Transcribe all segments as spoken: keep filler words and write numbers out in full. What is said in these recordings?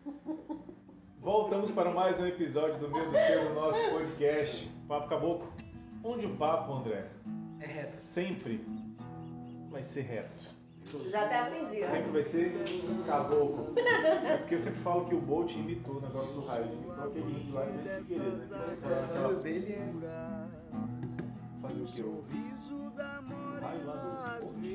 Voltamos para mais um episódio do meu, do seu, do nosso podcast Papo Caboclo, onde o papo, André, é reto. Sempre vai ser reto. Já até aprendi. Sempre vai ser caboclo. É porque eu sempre falo que o Bolt imitou o negócio do raio. Ele imitou aquele índio lá de Figueiredo, né? O sonho dele é... Fazer o quê? O raio lá do Bolt?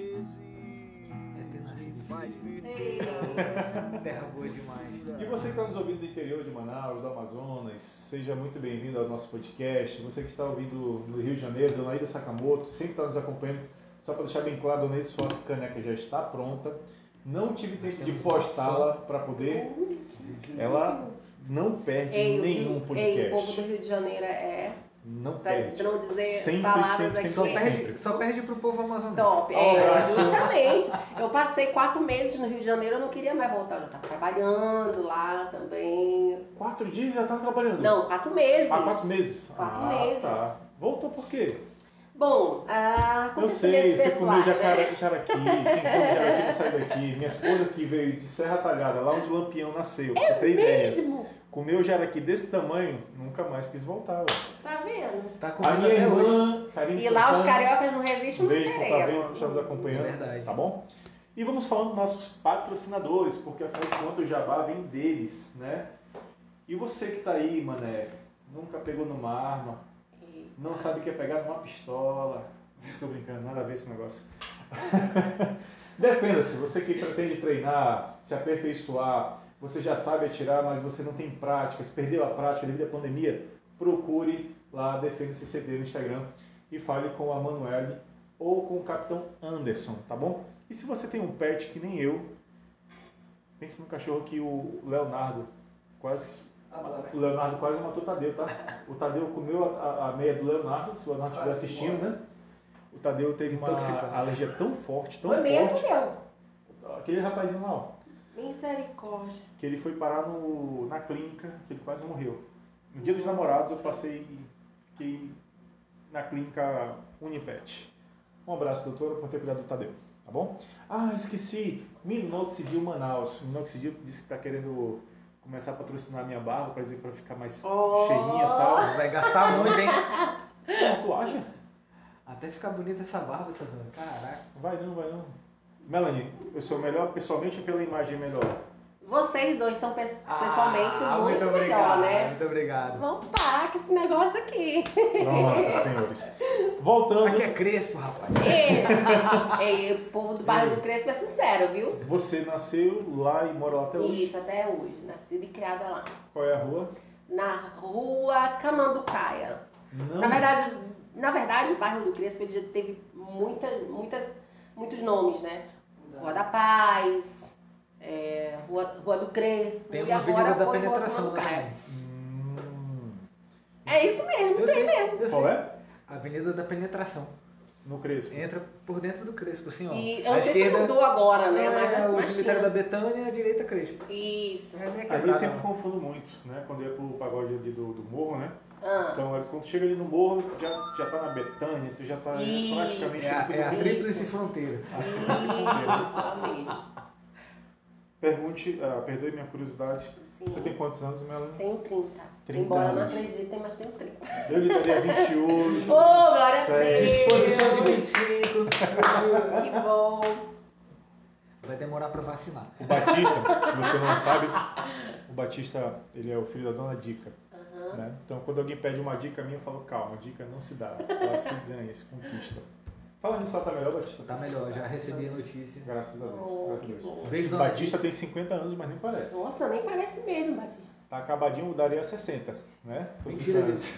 É ter nascido em Ei. terra boa demais. E você que está nos ouvindo do interior de Manaus, do Amazonas, seja muito bem-vindo ao nosso podcast. Você que está ouvindo do Rio de Janeiro, Dona Ida Sakamoto, sempre está nos acompanhando. Só para deixar bem claro, Dona Ida, sua caneca já está pronta. Não tive tempo de postá-la para poder. Ela não perde Ei, nenhum podcast. Ei, o povo do Rio de Janeiro é... Não Pra perde. não dizer sempre, palavras sempre, aqui. sempre, Só sempre, perde, sempre. só perde pro povo amazonense. Top. Um É, abraço. justamente. Eu passei quatro meses no Rio de Janeiro, eu não queria mais voltar. Eu já estava trabalhando lá também. Quatro dias já estava trabalhando? Não, quatro meses. Ah, quatro meses. Quatro ah, meses. Tá. Voltou por quê? Bom, ah, Eu sei, acontecimentos você comeu pessoais, jacaré, né? jaraqui, quem come jaraqui não sai daqui. Minha esposa que veio de Serra Talhada, lá onde Lampião nasceu, pra você ter ideia. Mesmo? Comeu jaraqui desse tamanho, nunca mais quis voltar. Ué. Tá vendo? Tá A comendo minha até hoje. irmã, Karine E lá os Santana, cariocas não resistem um no beijo pro Fabinho cerebro. por estar nos acompanhando, Verdade. tá bom? E vamos falando dos nossos patrocinadores, porque afinal de contas o jabá vem deles, né? E você que tá aí, mané, nunca pegou numa arma, não sabe o que é pegar numa pistola. Estou brincando, nada a ver esse negócio. Defenda-se, você que pretende treinar, se aperfeiçoar, você já sabe atirar, mas você não tem prática, se perdeu a prática devido à pandemia, procure lá Defenda-se C D no Instagram e fale com a Manuele ou com o Capitão Anderson, tá bom? E se você tem um pet que nem eu, pense no cachorro que o Leonardo quase... O Leonardo quase matou o Tadeu, tá? O Tadeu comeu a, a meia do Leonardo, se o Leonardo estiver assistindo, né? O Tadeu teve uma Intoxicância. alergia tão forte, tão Foi meio forte. que eu. Aquele rapazinho lá, ó, Misericórdia. que ele foi parar no, na clínica, que ele quase morreu. No dia dos namorados eu passei, fiquei na clínica Unipet. Um abraço, doutora, por ter cuidado do Tadeu, tá bom? Ah, esqueci, Minoxidil Manaus. Minoxidil disse que tá querendo começar a patrocinar a minha barba para dizer para ficar mais Oh. cheinha e tal. Vai gastar muito, hein? Ah, tu acha? Até ficar bonita essa barba, Santana. Caraca. Vai não, vai não. Melanie, eu sou melhor pessoalmente ou pela imagem melhor? Vocês dois são pe- pessoalmente Ah, muito, muito melhor, obrigado, né? Muito obrigado. Vamos parar com esse negócio aqui. Pronto, senhores. Voltando, Aqui é crespo, rapaz. Ei, ei, o povo do bairro do Crespo é sincero, viu? você nasceu lá e mora lá até hoje. Isso, até hoje. Nascida e criada lá. Qual é a rua? Na rua Camanducaia. Não. Na verdade, na verdade, o bairro do Crespo ele já teve muita, muitas, muitos nomes, né? Rua da Paz, é, Rua, Rua do Crespo. Tem e uma agora avenida da foi Rua penetração lá Camanducaia. também. Hum, É isso mesmo, Eu tem sei, mesmo. eu qual sei. é? Avenida da Penetração. No Crespo. Entra por dentro do Crespo, assim, ó. E eu à não sei se esquerda mudou agora, né? Mas, é o mas cemitério tinha. da Betânia e à direita Crespo. Isso. É a minha Ali quebrada. eu sempre lá. confundo muito, né? Quando eu ia pro pagode ali do, do morro, né? Ah. Então, ali, quando chega ali no morro, já, já tá na Betânia, tu já tá Isso. praticamente... É a, tudo é a junto. tríplice fronteira. A tríplice fronteira. Isso mesmo. Pergunte, ah, perdoe minha curiosidade, Sim. você tem quantos anos, Melanie? Tenho trinta. trinta Embora anos. não acreditem, mas tenho trinta. Eu lhe daria vinte e oito, Ô, glória a vinte e sete. Deus. Disposição de vinte e cinco. Que bom. Vai demorar pra vacinar. O Batista, se você não sabe, o Batista, ele é o filho da dona Dica. Aham. Né? Então, quando alguém pede uma dica minha, eu falo, calma, dica não se dá, ela se ganha, se conquista. Fala nisso, ela tá melhor, Batista? Tá melhor, já recebi a notícia. Graças a Deus, Oh, graças a que Deus. bom. Beijo, dona Batista tem cinquenta anos, mas nem parece. Nossa, nem parece mesmo, Batista. Tá acabadinho, mudaria a sessenta, né? Tô Mentira brincando. disso.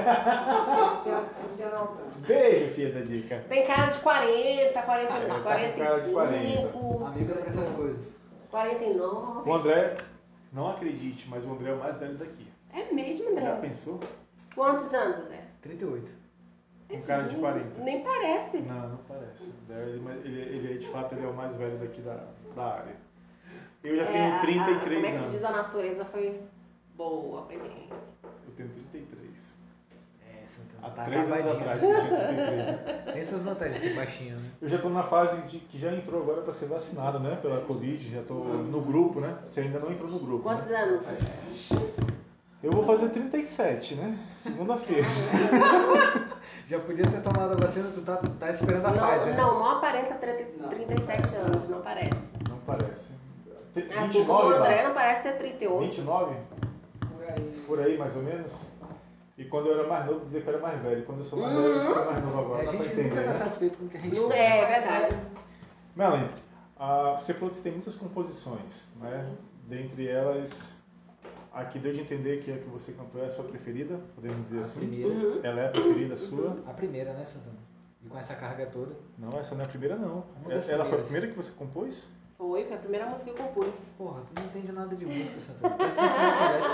Esse é não. Beijo, filha da Dica. Tem cara de quarenta, quarenta, É, tá com quarenta cara de e quarenta. cinco, Amiga pra essas coisas. quarenta e nove. O André, não acredite, mas o André é o mais velho daqui. É mesmo, Já André? pensou? Quantos anos, André? trinta e oito. Com cara de quarenta. Nem parece. Não, não parece. Ele, ele, ele é, de fato, ele é o mais velho daqui da, da área. Eu já tenho É, trinta e a- três como é que anos. se diz, a natureza foi boa pra mim. Eu tenho trinta e três. É, Santana. Há Tá três anos acabadinho. atrás, que eu tinha trinta e três, né? Tem suas vantagens ser baixinho, né? Eu já estou na fase de que já entrou agora para ser vacinado, né? Pela Covid, já estou no grupo, né? Você ainda não entrou no grupo. Quantos Né? anos? Eu vou fazer trinta e sete, né? Segunda-feira. Já podia ter tomado a vacina, tu tá, tá esperando a Pfizer, né? Não, não, não aparenta trinta, trinta e sete anos, não parece. Não parece. Assim como o vinte e nove, André Mar? não parece ter trinta e oito. vinte e nove? Por aí. Por aí, mais ou menos? E quando eu era mais novo, dizia que eu era mais velho. Quando eu sou mais velho, eu sou mais novo agora. É, a Dá pra gente entender, nunca tá né? satisfeito com o que a gente Não tem. é, é verdade. Melanie, ah, você falou que você tem muitas composições, né? Sim. Dentre elas, a que deu de entender que a que você cantou é a sua preferida, podemos dizer A assim? primeira. Uhum. Ela é a preferida sua? A primeira, né, Santana? E com essa carga toda. Não, essa não é a primeira, não. Uma das Ela foi a primeiras. primeira que você compôs? Foi, foi a primeira música que eu compus. Porra, tu não entende nada de música, Santana. Presta atenção na conversa,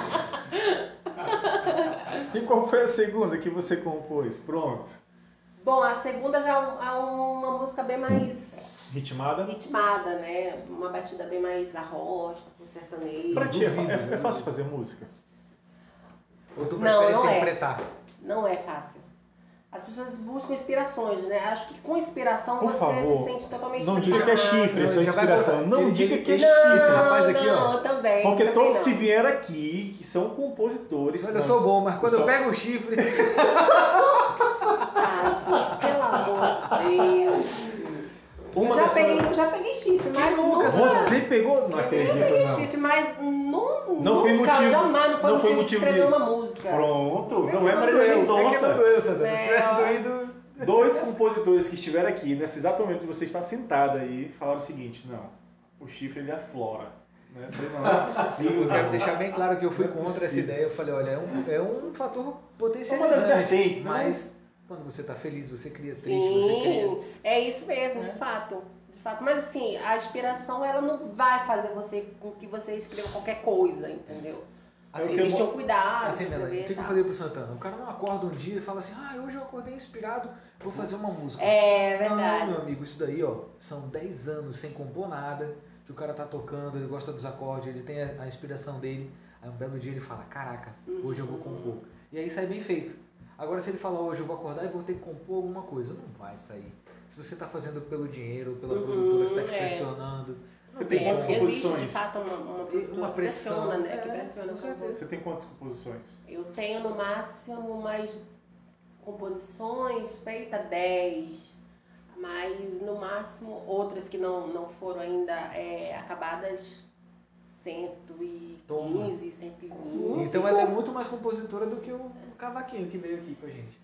cara. E qual foi a segunda que você compôs? Pronto. Bom, a segunda já é uma música bem mais Ritmada? ritmada, né? Uma batida bem mais arrocha, com sertanejo. Pra ti, é, duvido, é- é duvido. fácil fazer música? Ou tu Não, prefere não é. interpretar? Não é fácil. As pessoas buscam inspirações, né? Acho que com inspiração Por você favor, se sente totalmente não diga que é preparado. chifre, a Não, sua já vai inspiração. botar- Não ele- diga ele- que é ele- chifre. Esse rapaz aqui, ó. Não, também. Porque também todos não. que vieram aqui, que são compositores... Olha, eu não, sou bom, mas quando eu só- pego o chifre... Ai, gente, pelo amor de Deus. Uma eu, já das peguei, suas- eu já peguei chifre, Quem mas nunca, nunca... Você pegou? Não Eu acredito, peguei não. chifre, mas não, Não foi nunca, motivo- jamais, não foi não foi motivo, motivo de escrever de- uma música. Pronto, não é Não Marília doeu, é que Mendonça. não doeu, Santana. É, Se tivesse ó. doído... Dois compositores que estiveram aqui, nesse exato momento que você está sentada aí, falaram o seguinte, não, o chifre ele aflora. Né? Eu falei, não, não é possível. Eu quero não. deixar bem claro que eu fui Não é contra essa possível. ideia. Eu falei, olha, é um, é um fator Uma das potencializante. vertentes, né? Mas quando você tá feliz, você cria triste, você cria... Sim, é isso mesmo, de fato. De fato. Mas assim, a inspiração ela não vai fazer você com que você escreva qualquer coisa, entendeu? Assim, É o que Existe eu- um cuidado, Assim, pra você Melanie, ver o que, que e eu tal. falei pro Santana? O cara não acorda um dia e fala assim, ah, hoje eu acordei inspirado, vou fazer uma música. É Não, verdade. meu amigo, isso daí, ó, são dez anos sem compor nada, que o cara tá tocando, ele gosta dos acordes, ele tem a, a inspiração dele, aí um belo dia ele fala, caraca, hoje eu vou compor. E aí sai bem feito. Agora se ele falar, hoje eu vou acordar e vou ter que compor alguma coisa, não vai sair. Se você tá fazendo pelo dinheiro, pela Uhum, produtora que tá te é. pressionando, Você não tem tem quantas como. Existe de composições? fato uma, uma, produtora Uma que pressão, pressiona, né? Que é, pressiona com o certeza. compor. Você tem quantas composições? Eu tenho no máximo mais composições, feita dez, mas no máximo outras que não, não foram ainda é, acabadas cento e quinze, cento e vinte. Então ela é muito mais compositora do que o, o Cavaquinho que veio aqui com a gente.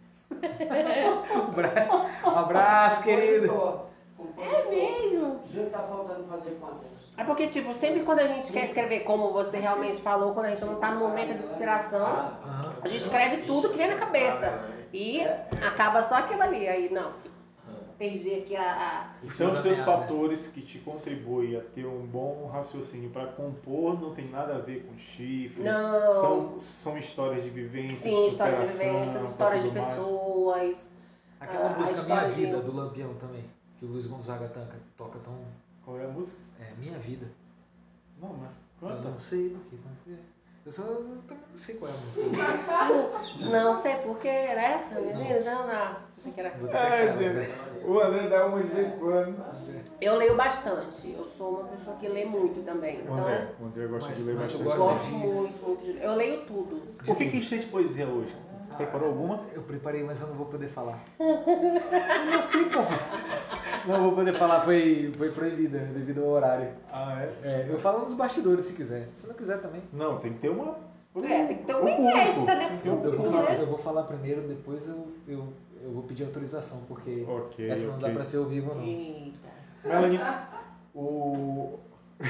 Um abraço, um abraço querido. É mesmo? A gente tá faltando fazer quantas? É porque, tipo, sempre quando a gente quer escrever, como você realmente falou, quando a gente não tá no momento de inspiração, Aham. a gente escreve tudo que vem na cabeça. E acaba só aquilo ali. Aí, não, se perder aqui a... a- O fio Então os da teus meada. fatores que te contribuem a ter um bom raciocínio para compor não tem nada a ver com chifre. Não. São, são histórias de vivência, Sim, de história de superação, vivência, histórias de tudo mais. pessoas. Aquela A- a música Minha história de- Vida, do Lampião também, que o Luiz Gonzaga tanca, toca tão... Qual é a música? É, Minha Vida. Não, mas Eu canta. não sei por que confiar. Eu só eu também não sei qual é a música. Não sei porquê, era essa, menina? Não, não. Pensei que era- Vou ter que Ai, achar, Deus. né? O André dá uma de vez em quando. Eu leio bastante. Eu sou uma pessoa que lê muito também. O Então, André, o André gosta Mas- de ler mas tu bastante. gosta gosto de- muito, muito de... Eu leio tudo. O que, que a gente tem de poesia hoje? Preparou alguma? Eu preparei, mas eu não vou poder falar. Como assim, porra? Não vou poder falar, foi, foi proibida devido ao horário. Ah, é? É, eu falo nos bastidores se quiser. Se não quiser também. Não, tem que ter uma. É, tem que ter uma um público. festa, né? Tem que ter Eu, um eu vou público. falar, eu vou falar primeiro, depois eu, eu, eu vou pedir autorização, porque Ok, essa não dá ok. pra ser ao vivo não. Eita. Melanie, o...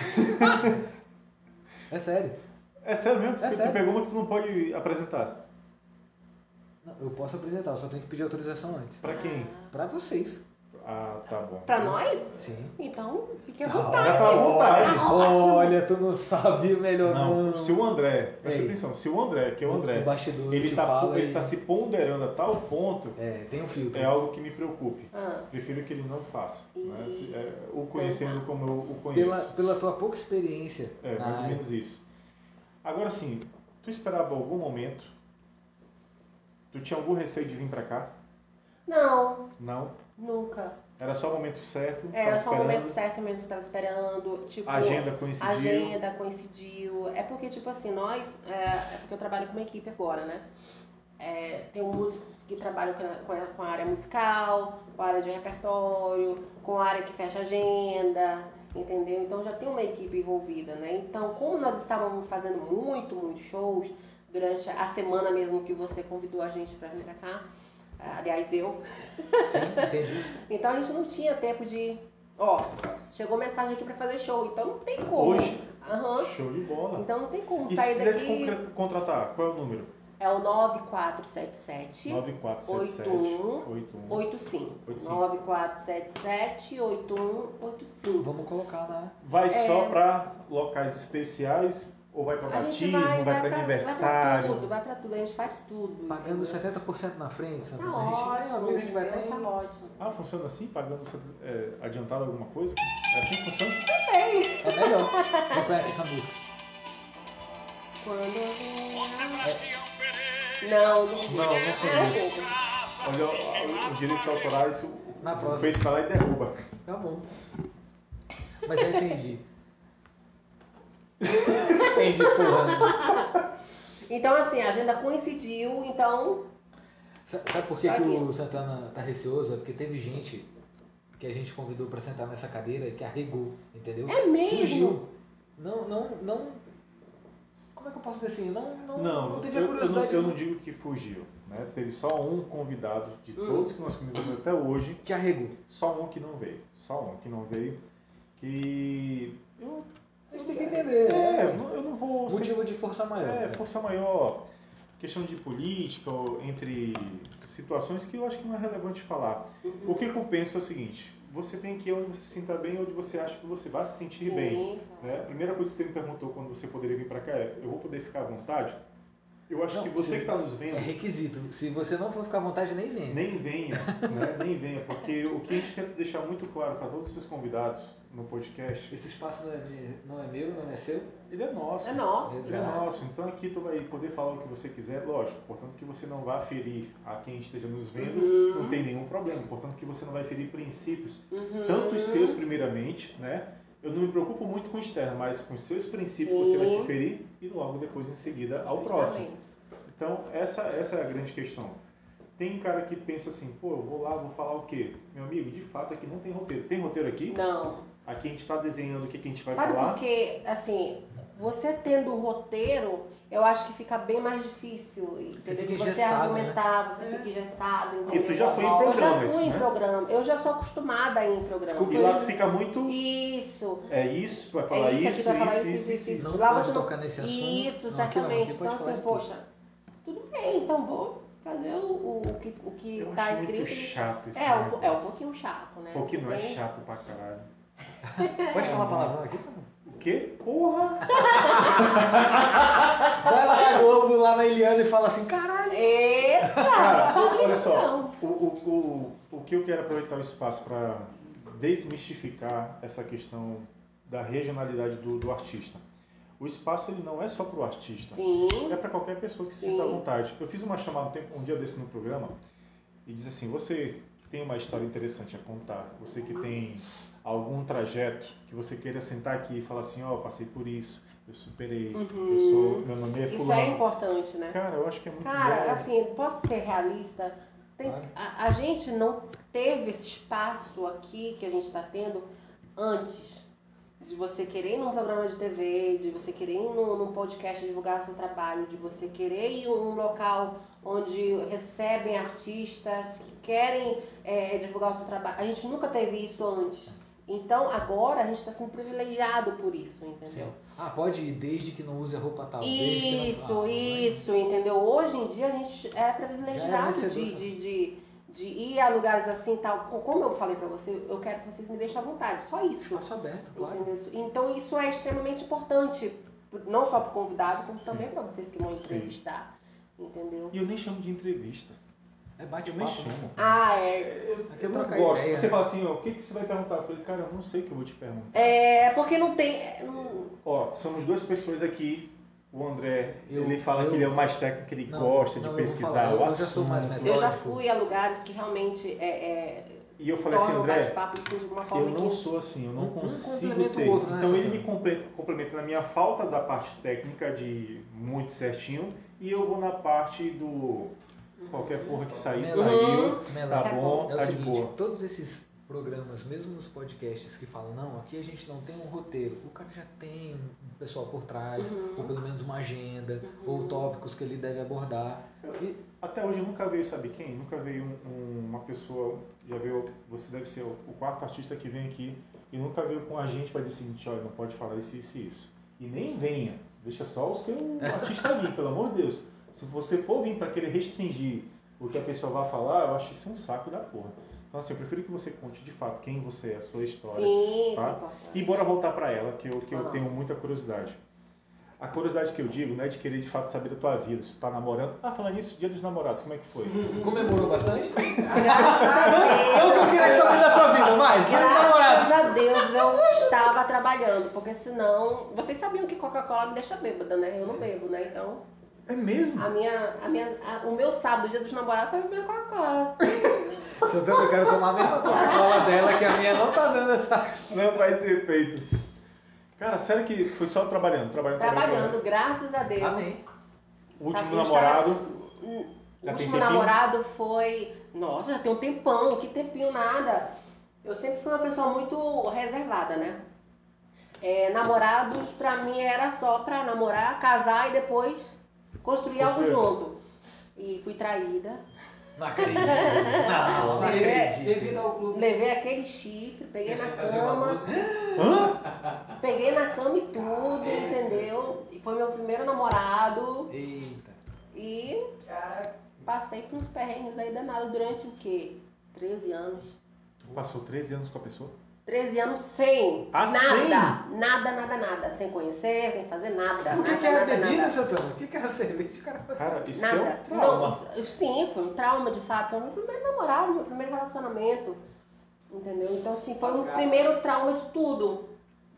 É sério. É sério mesmo? Tu, É tu sério. pegou uma que tu não pode apresentar. Não, eu posso apresentar, eu só tenho que pedir autorização antes. Pra quem? Pra vocês. Ah, tá bom. Pra nós? Sim. Então, fique à Tá, vontade. já tá à vontade. Tá ótimo. Olha, tu não sabe melhor Não, não. se o André, presta Ei. atenção, se o André, que é o André, No bastidor ele te tá, fala ele e- tá se ponderando a tal ponto, É, tem um filtro. é algo que me preocupe. Ah, Prefiro que ele não faça. Né? Ih. Se- é, o conhecendo como eu o conheço. Pela, pela tua pouca experiência. É, na mais ou área. menos isso. Agora sim, tu esperava algum momento Tu tinha algum receio de vir pra cá? Não, Não? nunca. Era só o momento certo? Era tava só o esperando, momento certo mesmo que eu tava esperando. Tipo, a agenda coincidiu? a agenda coincidiu. É porque, tipo assim, nós. É, é porque eu trabalho com uma equipe agora, né? É, tem músicos que trabalham com a, com a- com a área musical, com a área de repertório, com a área que fecha agenda, entendeu? Então já tem uma equipe envolvida, né? Então, como nós estávamos fazendo muito, muito shows durante a semana mesmo que você convidou a gente pra vir pra cá, aliás, eu. Sim, entendi. Então a gente não tinha tempo de. Ó, chegou mensagem aqui pra fazer show, então não tem como. Hoje? Aham. Show de bola. Então não tem como E se sair quiser daqui. te concre- contratar, qual é o número? É o nove quatro sete sete nove quatro sete sete oito um oito um. oito cinco. oito cinco. nove quatro sete sete oito um oito cinco. Vamos colocar na... Vai só É. pra locais especiais ou vai pra A gente batismo, vai, vai, pra pra, aniversário? Vai pra tudo, vai pra tudo, a gente faz tudo. Pagando entendeu? setenta por cento na frente, Tá Santana. A gente, ótimo, amigo, a gente vai entendeu? ter... Tá ótimo. Ah, funciona assim? Pagando é, adiantado alguma coisa? É assim que funciona? É melhor. Não conhece essa música? Quando eu É, Não, não. Não, não É um conheço. pouco. Olha, ó, os direitos autorais, o Na o próxima. Face vai lá e derruba. Tá bom. Mas eu entendi. Entendi, porra. Então, assim, a agenda coincidiu, então. Sa- Sabe por que, Tá que aqui. o Santana tá receoso? É porque teve gente que a gente convidou pra sentar nessa cadeira que arregou, entendeu? É mesmo? Fugiu. Não, não, não. Como é que eu posso dizer assim? Não, não, Não, não teve eu, a eu não, curiosidade eu do- não digo que fugiu. Né? Teve só um convidado de Hum. todos que nós convidamos até hoje, que arregou. só um que não veio. Só um que não veio. Que. Eu, A gente tem que entender. é, eu né? não, eu não vou. ser- Motivo de força maior. É, né? força maior, questão de política, ou entre situações que eu acho que não é relevante falar. O que, que eu penso é o seguinte: você tem que ir onde você se sinta bem, onde você acha que você vai se sentir bem. Sim. Né? A primeira coisa que você me perguntou quando você poderia vir para cá é: eu vou poder ficar à vontade? Eu acho Não, que você se- que está nos vendo, É requisito. Se você não for ficar à vontade, nem venha. nem venha, né? Nem venha, porque o que a gente tenta deixar muito claro para todos os convidados no podcast, Esse espaço não é, me- não é meu, não é seu. ele é nosso. É nosso. Ele é nosso, então aqui tu vai poder falar o que você quiser, lógico, portanto que você não vai ferir a quem esteja nos vendo, Uhum. não tem nenhum problema, portanto que você não vai ferir princípios, Uhum. tanto os seus primeiramente, né? Eu não me preocupo muito com o externo, mas com os seus princípios Sim. você vai se ferir e logo depois em seguida ao próximo. Justamente. Então essa, essa é a grande questão. Tem cara que pensa assim, pô, eu vou lá, vou falar o quê? Meu amigo, de fato aqui não tem roteiro. Tem roteiro aqui? Não. Aqui a gente está desenhando o que, que a gente vai Sabe falar. por quê? Assim, você tendo o roteiro, eu acho que fica bem mais difícil, Você entendeu? fica De você engessado, argumentar, você É. fica engessado, E entendeu? tu já foi em Eu já programas, fui em né? programa, eu já sou acostumada a ir em programa. Desculpa. E lá tu fica muito... Isso. É isso, tu vai falar É isso, isso, aqui tu vai falar isso, isso, isso, isso. Não Lá pode você não- tocar nesse assunto. Isso, Não, aqui não, certamente. aqui pode Então falar assim, de tudo. poxa, tudo bem, então vou fazer o, o, o que, o que Eu tá acho muito escrito. chato esse É, um, po- é um negócio. pouquinho chato, né? Um pouquinho não é Tem- chato pra caralho. Pode falar palavrão aqui, Santana? O quê? Porra! Vai lá na Globo, lá na Eliana e fala assim, caralho. Eita! Cara, fala olha isso só, não. o, o, o, o que eu quero aproveitar o espaço para desmistificar essa questão da regionalidade do, do artista. O espaço ele não é só para o artista, Sim. é para qualquer pessoa que se Sim. sinta à vontade. Eu fiz uma chamada um tempo- um dia desse no programa e diz assim, você que tem uma história interessante a contar, você que tem algum trajeto que você queira sentar aqui e falar assim, ó, eu passei por isso, eu superei, Uhum. eu sou, meu nome é Isso fulano. é importante, né? Cara, eu acho que é muito Cara, bom. assim, posso ser realista? Tem- Claro. a, a gente não teve esse espaço aqui que a gente está tendo antes de você querer ir num programa de T V, de você querer ir num, num podcast divulgar seu trabalho, de você querer ir em um local onde recebem artistas que querem é, divulgar o seu trabalho. A gente nunca teve isso antes. Então, agora a gente está sendo privilegiado por isso, entendeu? Sim. Ah, pode ir desde que não use a roupa tal. desde que não- Isso, Ah, isso, entendeu? Hoje em dia a gente é Já é privilegiado vencedor, de, sabe? de, de, de ir a lugares assim e tal. Como eu falei pra você, eu quero que vocês me deixem à vontade, só isso. Espaço aberto, claro. Entendeu? Então isso é extremamente importante, não só pro convidado, como Sim. também pra vocês que vão Sim. entrevistar. Entendeu? E eu nem chamo de entrevista. É Eu nem bate-papo, chamo. né, Santana? Ah, é. Aqui é Eu não trocar gosto. ideia, Você né? fala assim, ó, o que, que você vai perguntar? Eu falei, cara, eu não sei o que eu vou te perguntar. É porque não tem. não- Ó, somos duas pessoas aqui O André, Eu- ele fala eu- que ele é o mais técnico, que ele Não, gosta não, de eu vou pesquisar falar, eu o já sou mais assunto. metódico. Eu já fui a lugares que realmente é, é, E eu falei assim, tornam o André, bate-papo assim, de uma forma eu não que... sou assim, eu não Um- um consigo complementa o ser. outro, né, Então ele me Santana? complementa, complementa na minha falta da parte técnica de muito certinho e eu vou na parte do qualquer porra que sair, Uhum. saiu, Melo, tá Isso é bom, É o tá de seguinte, boa. todos esses programas, mesmo nos podcasts que falam, não, aqui a gente não tem um roteiro, o cara já tem um pessoal por trás, Uhum. ou pelo menos uma agenda, Uhum. ou tópicos que ele deve abordar. E Até hoje nunca veio, sabe quem? Nunca veio um- um- uma pessoa, já veio, você deve ser o, o quarto artista que vem aqui e nunca veio com a gente para dizer o seguinte, olha, não pode falar isso, isso e isso. E nem venha, deixa só o seu artista vir, pelo amor de Deus. Se você for vir para querer restringir o que a pessoa vai falar, eu acho isso um saco da porra. Então assim, eu prefiro que você conte de fato quem você é, a sua história. Sim, tá? isso é importante. E bora voltar para ela, que eu, que eu Ah. tenho muita curiosidade. A curiosidade que eu digo não é de querer de fato saber da tua vida, se tu tá namorando. Ah, falando nisso, dia dos namorados, como é que foi? comemorou bastante? Graças a Deus. Não que eu queria saber da sua vida, mas dia dos namorados. Graças a Deus eu estava trabalhando, porque senão... Vocês sabiam que Coca-Cola me deixa bêbada, né? Eu não bebo, né? Então, É mesmo? a minha, a minha, a- o meu sábado, dia dos namorados, foi bebendo Coca-Cola. Santana, eu quero tomar a mesma Coca-Cola dela, que a minha não tá dando essa... Não vai ser feito. Cara, sério que foi só trabalhando, trabalhando, Trabalhando, graças a Deus. Amém. O último Eu namorado, estava- O Já tem último tempinho? namorado foi... Nossa, já tem um tempão, que tempinho nada. Eu sempre fui uma pessoa muito reservada, né? É, namorados, pra mim, era só pra namorar, casar e depois construir algo Construir. junto. E fui traída. Não acredito. Não, não acredito. Devido ao clube. Levei aquele chifre, peguei na Fazer uma cama, música. hã? peguei na cama e tudo, entendeu? E foi meu primeiro namorado. Eita. E passei por uns perrengues aí danados durante o quê? treze anos. Tu passou treze anos com a pessoa? treze anos sem Ah, nada, sem? nada, nada, nada. Sem conhecer, sem fazer nada. O que, nada, que é a nada, bebida, nada. Santana? O que, que é a cerveja? O cara... Cara, isso que Nada. é um trauma. Não, isso- sim, foi um trauma de fato. Foi meu primeiro namorado, meu primeiro relacionamento. Entendeu? Então, assim, foi um primeiro trauma de tudo.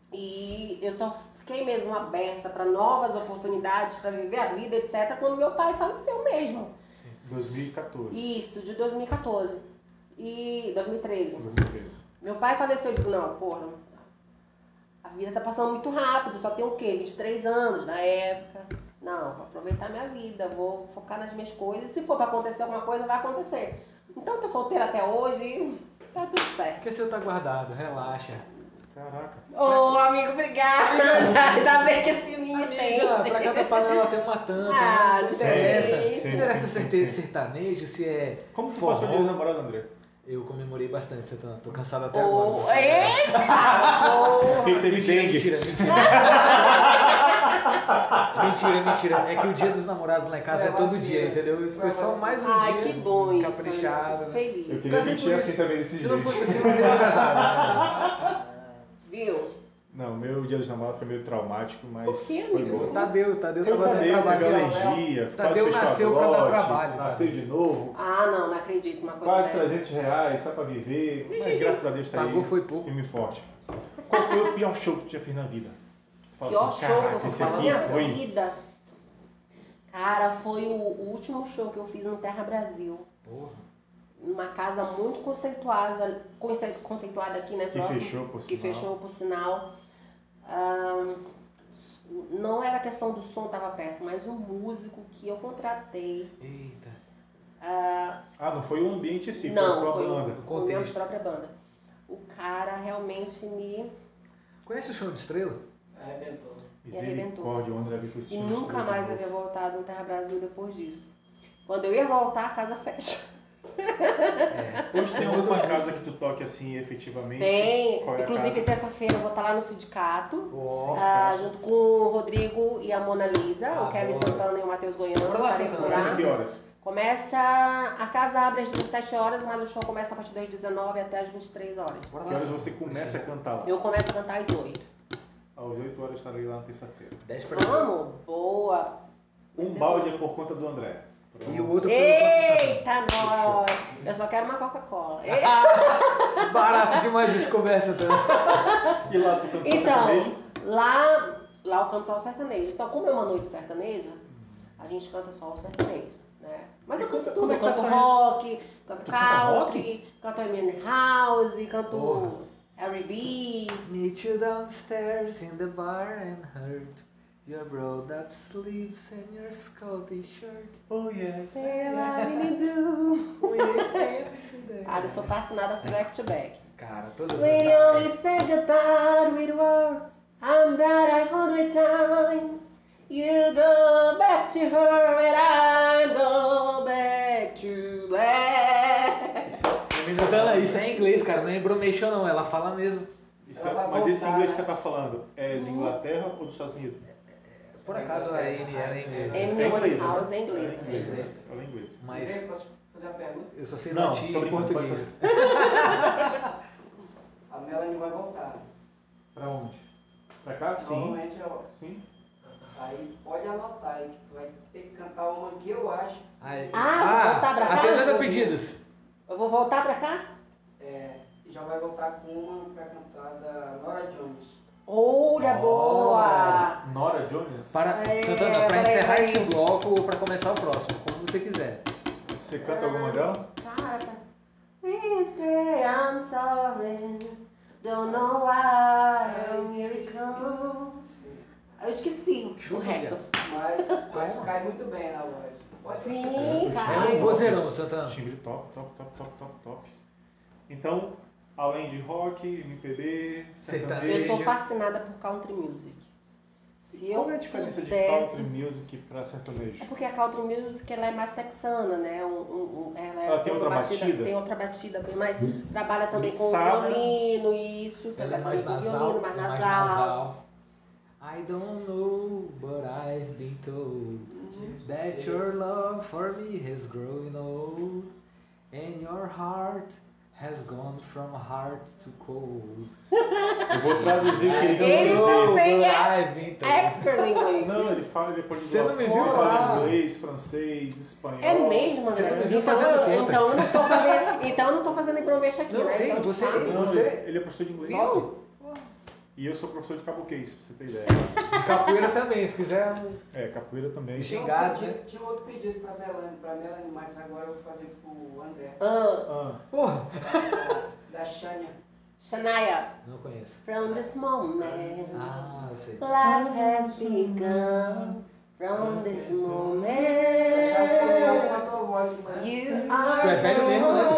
E eu só fiquei mesmo aberta para novas oportunidades, para viver a vida, etcétera, quando meu pai faleceu mesmo. dois mil e quatorze. Isso, de dois mil e quatorze. E dois mil e treze. dois mil e treze. Meu pai faleceu, eu digo, não, porra, a vida tá passando muito rápido, só tenho o quê? vinte e três anos na época. Não, vou aproveitar minha vida, vou focar nas minhas coisas. Se for pra acontecer alguma coisa, vai acontecer. Então eu tô solteira até hoje e tá tudo certo. Porque seu tá guardado, relaxa. Caraca. Ô, amigo, obrigada. Ainda bem que esse menino tem. Amiga, pra cada panela tem uma tampa, Ah, não interessa. sim, sim, Não interessa sim, se é sim. sertanejo, se é Como tu forró. passou o dia do namorado, André? Eu comemorei bastante, Santana. Tô cansado até Ô, agora. eita, porra. Ele teve Mentira, dengue. mentira, mentira. Mentira, mentira. É que o dia dos namorados lá em casa é, É todo vacina. dia, entendeu? Isso foi só mais um Ai, dia que bom isso. caprichado. Fico né? feliz. Eu queria Casei mentir por assim isso. também desse Se jeito. não fosse assim, eu não teria casado. Viu? Não, meu dia dos namorados foi meio traumático, mas Por quê, foi amigo? bom. Tadeu, Tadeu Eu tava dando Tadeu, trabalho. teve lá. alergia, quase Tadeu fechou a nasceu pra dar glote, trabalho, nasceu Tadeu. de novo, Ah, não, não acredito uma coisa quase dessa. trezentos reais só pra viver, mas graças a Deus tá Pagou aí, foi pouco. firme e forte. Qual foi o pior show que tu já fez na vida? Tu fala Pior assim, show que eu caraca, fiz esse na aqui minha foi... vida. Cara, foi o último show que eu fiz no Terra Brasil. Porra. Numa casa muito conceituada, conce- conceituada aqui, né? Que próximo, fechou, por Que sinal. fechou, por sinal. Ahn, não era questão do som tava péssimo, mas o músico que eu contratei. Eita. ah, Ah, não foi o ambiente em si, não, foi a foi, tua o- banda. o foi a minha contexto. própria banda. O cara realmente me... Conhece o show de estrela? Arrebentou. Misericórdia, o André veio com esse E show nunca de mais novo. havia voltado no Terra Brasil depois disso. Quando eu ia voltar, a casa fecha. É. Hoje tem alguma casa que tu toque assim, efetivamente? Tem, Qual é a inclusive casa? terça-feira eu vou estar lá no sindicato, Ó. ah, junto com o Rodrigo e a Mona Lisa, Ah, o Kevin bora. Santana e o Matheus Goiano. Bora lá, estarei Santana. por lá. Começa que horas? Começa, a casa abre às dezessete horas, mas o show começa a partir das dezenove até às vinte e três horas. Bora Que lá, horas Santana. você começa a cantar lá? Eu começo a cantar às oito. Às oito horas estarei lá na terça-feira. dez para cima. Vamos? Boa! Vai Um ser balde bom. é por conta do André. E o outro pelo próprio Eita, nós! Eu só quero uma Coca-Cola. Santana. Barato demais esse conversa, Santana. E lá tu canta só Então, sertanejo? lá lá eu canto só o sertanejo. Então, como é uma noite sertaneja, a gente canta só o sertanejo, né? Mas eu canto tudo, eu canto rock, canto country, canto Amy House, canto Porra. R and B. Meet you downstairs in the bar and hurt your rolled up sleeves and your Scottish shirt. Oh, yes. Cara, eu sou fascinada por back to back. Cara, todas We essas only say goodbye with words. I'm that a hundred times. You go back to her and I go back to black. Santana, isso é em inglês, cara, não é embromation não, ela fala mesmo. Isso é- mas esse inglês que ela tá falando é de Inglaterra ou dos Estados Unidos? Por acaso a Amy, ela é inglesa. Amy É inglês, House né? é inglês. É inglês, né? Ela é inglês. Mas Eu posso fazer uma pergunta? eu só sei Não, latim tô e brincando, pode português. A Melanie vai voltar. Pra onde? Pra cá? Sim. Normalmente é ó. Sim. Aí pode anotar aí, que tu vai ter que cantar uma que eu acho. Aí- Ah, vou voltar pra cá? atendendo a pedidos. Eu vou voltar pra cá? É, e já vai voltar com uma pra cantar da Nora Jones. Olha, boa! Nora Jones? Para, É, Santana, para peraí, encerrar peraí. esse bloco ou para começar o próximo, como você quiser. Você canta alguma dela? Caraca. We say I'm sorry. Don't know why. Here it comes. Eu esqueci o Chupa, resto. Mas, mas cai muito bem na voz. Pode Sim, É, cara. É um vozeirão, Santana. Timbre top, top, top, top, top, top. Então, além de rock, M P B, sertanejo... Eu sou fascinada por country music. Se eu Qual é a diferença de pudesse- country music pra sertanejo? É porque a country music ela é mais texana, né? Um, um, um- ela é- Ela tem outra uma batida? Tem outra batida bem mais. Trabalha também com Mixada. violino, isso. Ela é trabalha mais também com nasal, violino, mais é mais nasal. nasal. I don't know, but I've been told that your love for me has grown old and your heart has gone from hard to cold. Eu vou traduzir o que ele Ele quer não dizer. tem but é- I've been told. Expert em inglês. Não, ele fala, ele é Você não me viu ele fala falar? inglês, francês, espanhol. É mesmo, Você não me né? viu Então, fazendo eu- conta. então eu não tô fazendo. Então eu não tô fazendo embromation aqui, Não, né? ei, Então, você- tá? Não, Você- ele, ele é professor de inglês. Viu? E eu sou professor de cabo-case, pra você ter ideia. De capoeira também, se quiser. É, capoeira também. Vixe. Tinha, um Gingado, pedido, né? tinha outro pedido pra Melanie, pra Melanie, mas agora eu vou fazer pro André. Ah, Ah, Porra! Da, da Shania. Shania, Não conheço. from this moment, Ah, eu sei. life has begun. From this Já moment, com a tua voz, mas... you are Tu é velho mesmo, né?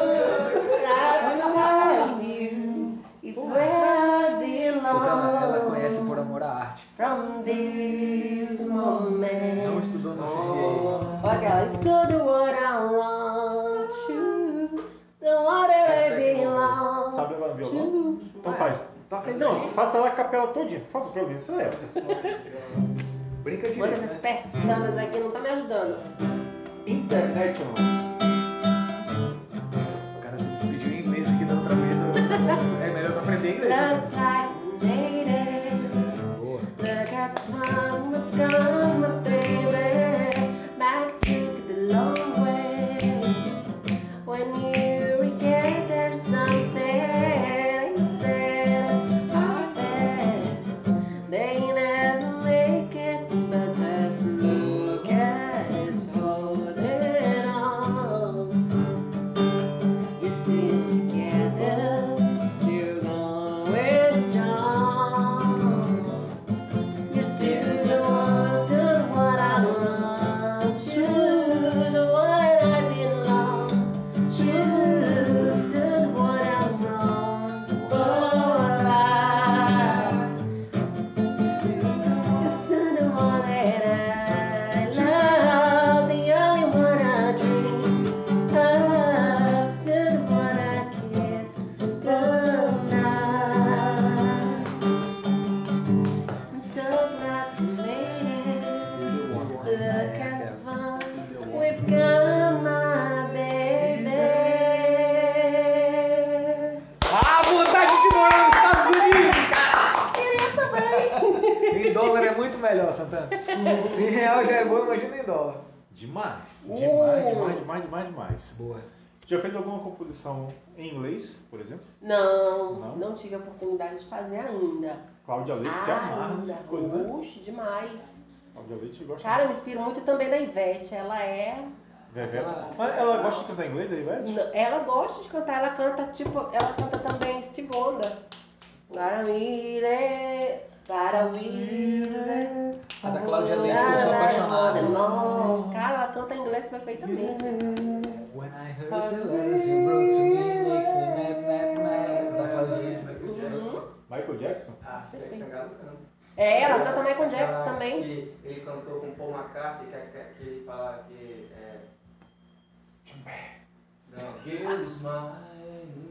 I find you. It's where I Santana, ela belong. conhece por amor à arte. From this moment. Não estudou no C C A. Olha aquela, it's to the what I want to, the one that I belong sabe levar no violão? to. Então faz. Toca aí. Não, faça ela a capela todinha, por favor, pelo menos essa. Brinca Mano, direito, essas né? peças danas aqui não tá me ajudando. International. O cara se despediu em inglês aqui da outra vez. eu- É melhor tu aprender inglês. né? Looks like we made it. Boa. Look at the fun we've gone, my baby. Back to the long way. When you regret, there's something you said out there. They never make it, but just look at us holding on. You're still together, still going strong. You're still the one, still the one I want to, the one I belong to, still the one I'm wrong for life. You're still the one that I love, the only one I dream of, still the one I kiss goodnight. I'm so glad we made it. Look at the fun we've got, my baby. Ah, vontade de morar nos Estados Unidos, cara! Queria também. Em dólar é muito melhor, Santana. Se em real já é bom, imagina em dólar. Demais, Uh. demais, demais, demais, demais, demais. Boa. Já fez alguma composição em inglês, por exemplo? Não, Não? não, tive a oportunidade de fazer ainda. Cláudia Leite se amarra nessas coisas, né? Puxa, demais. Cláudia Leite gosta Cara, eu me muito. inspiro muito também na Ivete. Ela é. Veveta. Aquela- Mas ela gosta de cantar em inglês, a Ivete? Ela gosta de cantar, ela canta tipo. Ela canta também Steve Wonder. Garamire, Garamire. A da Cláudia Leite, que eu sou apaixonado. Cara, ela canta inglês perfeitamente. When I heard the letters you wrote to me, makes me mad, mad, mad. Da Claudinha. Uhum. Michael Jackson? Ah, esse Sangalo canta. É, ela canta Michael Jackson Aquela também. Que ele cantou com Paul McCartney, que, que, que ele fala que é. Não, here is mine.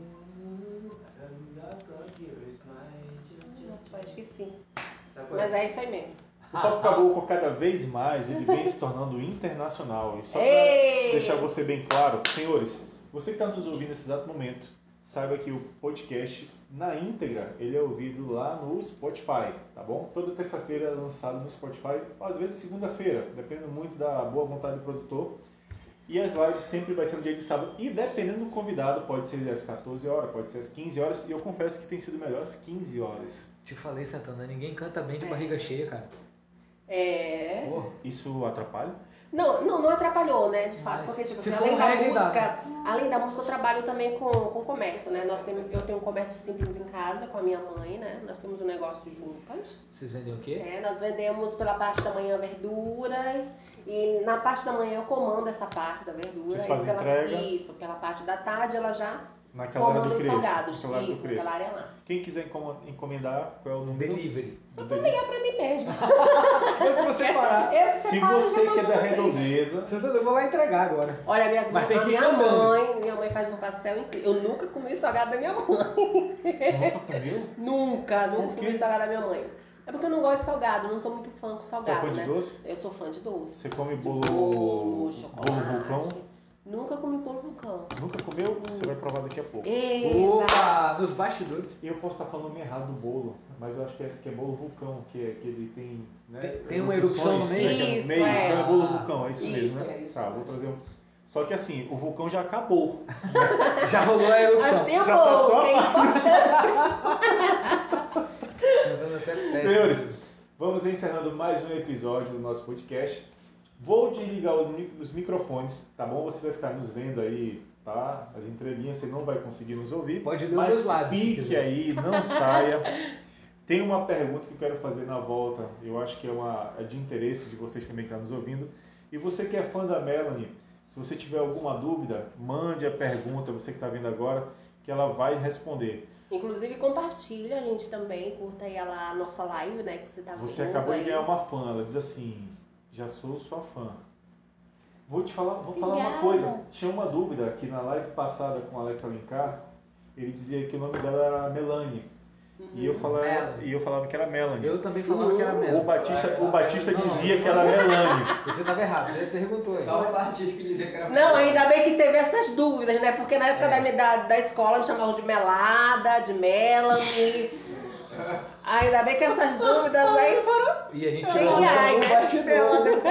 Here is mine. Acho que sim. Sabe qual Mas é? é isso aí mesmo. O Papo Caboclo, cada vez mais, ele vem se tornando internacional. E só para Ei! deixar você bem claro, senhores, você que está nos ouvindo nesse exato momento, saiba que o podcast, na íntegra, ele é ouvido lá no Spotify, tá bom? Toda terça-feira é lançado no Spotify, às vezes segunda-feira, dependendo muito da boa vontade do produtor. E as lives sempre vai ser no dia de sábado. E dependendo do convidado, pode ser às quatorze horas, pode ser às quinze horas. E eu confesso que tem sido melhor às quinze horas. Te falei, Santana, ninguém canta bem de barriga cheia, cara. É. Pô, Isso atrapalha? Não, não, não atrapalhou, né, de fato, Mas porque tipo, se assim, for além um da reggae, dá. música, além da música eu trabalho também com, com comércio, né? Nós temos, eu tenho um comércio simples em casa com a minha mãe, né? Nós temos um negócio juntas. vocês vendem o quê? É, nós vendemos pela parte da manhã verduras e na parte da manhã eu comando essa parte da verdura. Vocês e fazem pela, entrega? Isso, pela parte da tarde ela já Naquela hora comanda do os Crespo. salgados. naquela hora do Isso, Crespo. naquela área lá. Quem quiser encom- encomendar, qual é o número? Delivery. do delivery? É pra mim mesmo. Eu vou separar. Eu Se separo você pra que é da vocês. redondeza, Santana, eu vou lá entregar agora. Olha, minhas Mas tem a que ir minha cantando. mãe, minha mãe faz um pastel incrível. Eu nunca comi salgado da minha mãe. nunca comeu? Nunca, Por nunca quê? comi salgado da minha mãe. É porque eu não gosto de salgado, não sou muito fã com Tá salgado, fã de né? doce? Eu sou fã de doce. Você come bolo, Bolo, chocolate. bolo vulcão? Nunca comi bolo vulcão. Nunca comeu? Você vai provar daqui a pouco. Eba! Opa, nos bastidores. E eu posso estar falando o nome errado do bolo, mas eu acho que é, que é bolo vulcão, que, é, que ele tem, né, Tem- tem uma erupção no meio? né, que é no Isso, meio. é. Então é bolo vulcão, é isso, Isso, mesmo, né? é isso Tá, mesmo. vou trazer um. Só que assim, o vulcão já acabou. Já rolou a erupção. Assim eu Já tá vou, só a tem Santana até péssimo. Senhores, vamos encerrando mais um episódio do nosso podcast. Vou desligar o mi- os microfones, tá bom? Você vai ficar nos vendo aí, tá? As entrelinhas, você não vai conseguir nos ouvir. Pode ler os Mas meus lábios, se fique quiser. aí, não saia. Tem uma pergunta que eu quero fazer na volta. Eu acho que é, uma, é de interesse de vocês também que estão nos ouvindo. E você que é fã da Melanie, se você tiver alguma dúvida, mande a pergunta, você que está vendo agora, que ela vai responder. Inclusive compartilha a gente também, curta aí lá a nossa live, né? Que você tá Você vendo acabou de aí. ganhar uma fã, ela diz assim, já sou sua fã. Vou te falar, vou falar uma Obrigada. coisa. Tinha uma dúvida que na live passada com a Alex Alencar, ele dizia que o nome dela era Melanie. E, eu falava, Melanie. e eu falava que era Melanie. Eu também falava que era O mesmo. Batista, o Batista Não, dizia não. que era Melanie. Você estava errado, você perguntou aí. Só o Batista que dizia que era. Não, ainda bem que teve essas dúvidas, né? Porque na época É. da, da, da escola me chamavam de Melada, de Melanie. Ainda bem que essas dúvidas aí foram. E a gente Ai, tirou ai, o né? bastidor.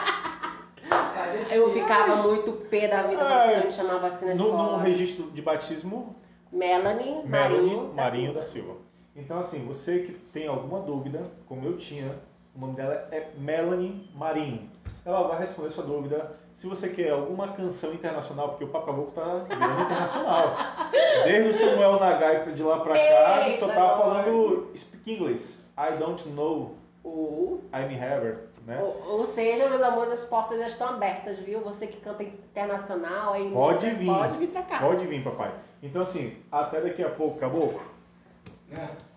Eu ficava muito pé da vida quando a pessoa me chamava assim na No, escola. no registro de batismo, Melanie, Melanie Marinho, Marinho da da Silva. Silva. Então assim, você que tem alguma dúvida, como eu tinha, o nome dela é Melanie Marinho. Ela vai responder sua dúvida. Se você quer alguma canção internacional, porque o Papo Caboclo tá virando internacional. Desde o Samuel Nagai de lá pra cá, Eita, só tava Lord. falando Speak English. I don't know, Ou, I'm Herbert, né? ou, ou seja, meus amores, as portas já estão abertas, viu? Você que canta internacional, aí Pode você vir. Pode vir pra cá. Pode vir, papai. Então assim, até daqui a pouco, Caboclo. É.